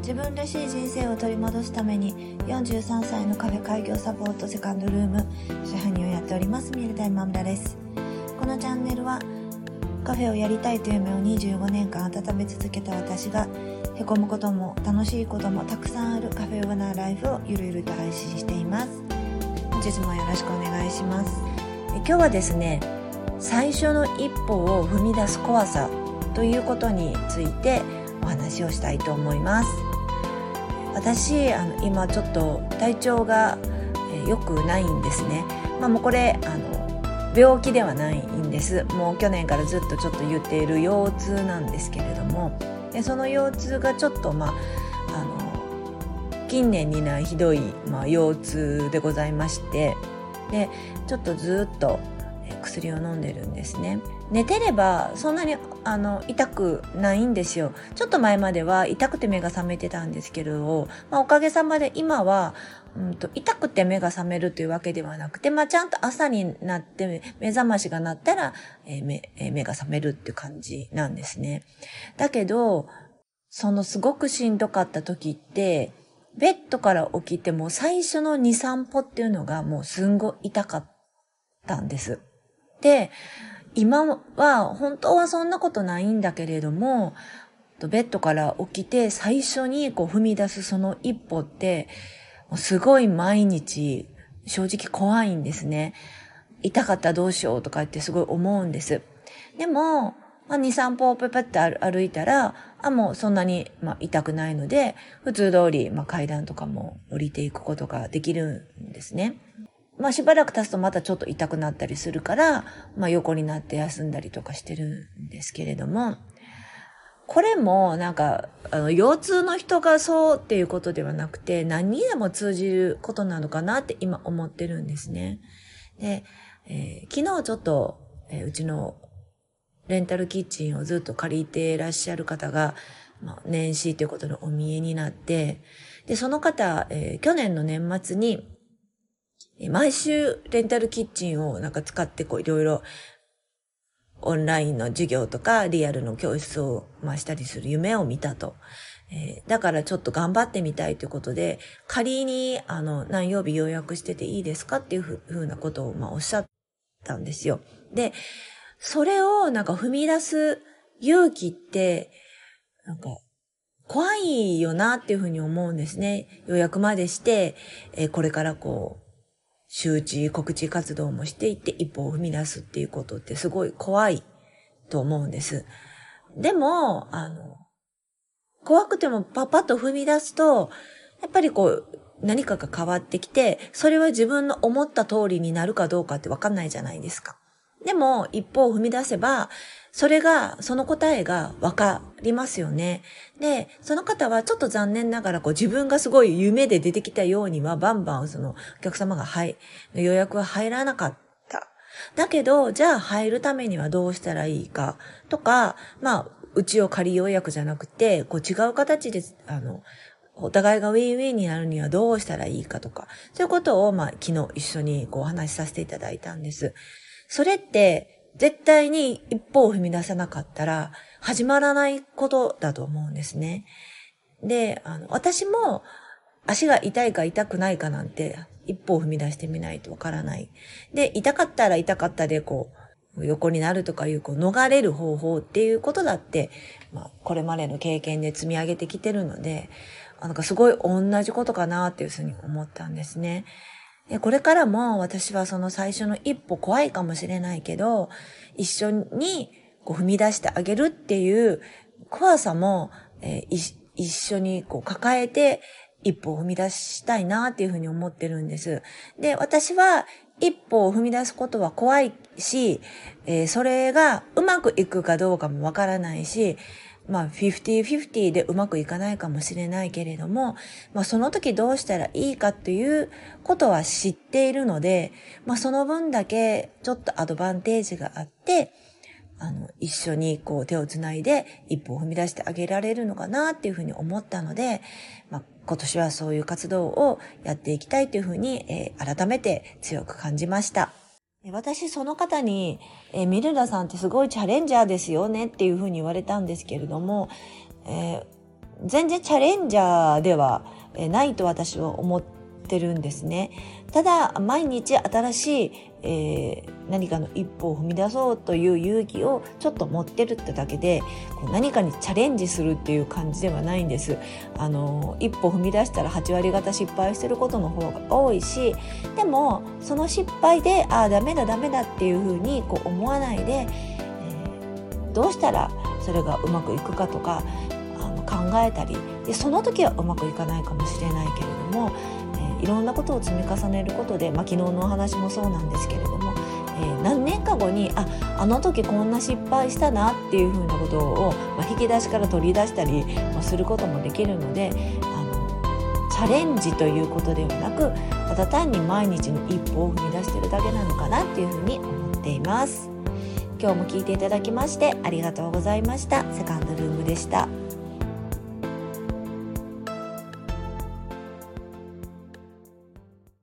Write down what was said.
自分らしい人生を取り戻すために43歳のカフェ開業サポートセカンドルーム支配人をやっておりますミルタイマムラです。このチャンネルはカフェをやりたいという夢を25年間温め続けた私がへこむことも楽しいこともたくさんあるカフェオーナーライフをゆるゆると配信しています。本日もよろしくお願いします。今日はですね、最初の一歩を踏み出す怖さということについてお話をしたいと思います。私今ちょっと体調が良くないんですね。もうこれ病気ではないんです。もう去年からずっとちょっと言っている腰痛なんですけれども、でその腰痛がちょっと近年にないひどい、腰痛でございまして、でちょっとずっと薬を飲んでるんですね。寝てればそんなに痛くないんですよ。ちょっと前までは痛くて目が覚めてたんですけれど、おかげさまで今は痛くて目が覚めるというわけではなくて、ちゃんと朝になって目覚ましが鳴ったら、目が覚めるっていう感じなんですね。だけどすごくしんどかった時ってベッドから起きても最初の 2,3 歩っていうのがもうすんごい痛かったんです。で今は本当はそんなことないんだけれども、ベッドから起きて最初に踏み出すその一歩ってすごい毎日正直怖いんですね。痛かったらどうしようとかってすごい思うんです。でも、2、3歩ペペって歩いたらもうそんなに痛くないので、普通通り階段とかも降りていくことができるんですね。しばらく経つとまたちょっと痛くなったりするから、横になって休んだりとかしてるんですけれども、これも腰痛の人がそうっていうことではなくて、何にでも通じることなのかなって今思ってるんですね。で、昨日ちょっと、うちのレンタルキッチンをずっと借りていらっしゃる方が、年始ということでお見えになって、で、その方、去年の年末に、毎週レンタルキッチンを使っていろいろオンラインの授業とかリアルの教室をしたりする夢を見たと。だからちょっと頑張ってみたいということで、仮に何曜日予約してていいですかっていうふうなことをおっしゃったんですよ。で、それを踏み出す勇気って怖いよなっていうふうに思うんですね。予約までして、これから周知告知活動もしていって一歩を踏み出すっていうことってすごい怖いと思うんです。でも怖くてもパッと踏み出すとやっぱり何かが変わってきて、それは自分の思った通りになるかどうかって分かんないじゃないですか。でも一歩を踏み出せばその答えが分かりますよね。で、その方はちょっと残念ながら自分がすごい夢で出てきたようにはバンバンお客様が予約は入らなかった。だけど、じゃあ入るためにはどうしたらいいかとか、うちを仮予約じゃなくて、違う形で、お互いがウィンウィンになるにはどうしたらいいかとか、そういうことを昨日一緒にお話しさせていただいたんです。それって絶対に一歩を踏み出さなかったら始まらないことだと思うんですね。で、私も足が痛いか痛くないかなんて一歩を踏み出してみないとわからない。で、痛かったら痛かったで横になるとかいう逃れる方法っていうことだって、これまでの経験で積み上げてきてるので、すごい同じことかなっていうふうに思ったんですね。でこれからも私はその最初の一歩怖いかもしれないけど、一緒に踏み出してあげるっていう怖さも、一緒に抱えて一歩を踏み出したいなっていうふうに思ってるんです。で、私は一歩を踏み出すことは怖いし、それがうまくいくかどうかもわからないし、50-50でうまくいかないかもしれないけれども、その時どうしたらいいかっていうことは知っているので、その分だけちょっとアドバンテージがあって、一緒に手をつないで一歩を踏み出してあげられるのかなっていうふうに思ったので、今年はそういう活動をやっていきたいというふうに、改めて強く感じました。私その方に、ミルダさんってすごいチャレンジャーですよねっていうふうに言われたんですけれども、 全然チャレンジャーではないと私は思ってるんですね。ただ毎日新しい、何かの一歩を踏み出そうという勇気をちょっと持ってるってだけで、何かにチャレンジするっていう感じではないんです。一歩踏み出したら8割方失敗してることの方が多いし、でもその失敗でダメだっていうふうに思わないで、どうしたらそれがうまくいくかとか考えたりで、その時はうまくいかないかもしれないけれども、いろんなことを積み重ねることで、昨日のお話もそうなんですけれども、何年か後にあの時こんな失敗したなっていうふうなことを、引き出しから取り出したりすることもできるので、チャレンジということではなく、ただ単に毎日の一歩を踏み出してるだけなのかなっていうふうに思っています。今日も聞いていただきましてありがとうございました。セカンドルームでした。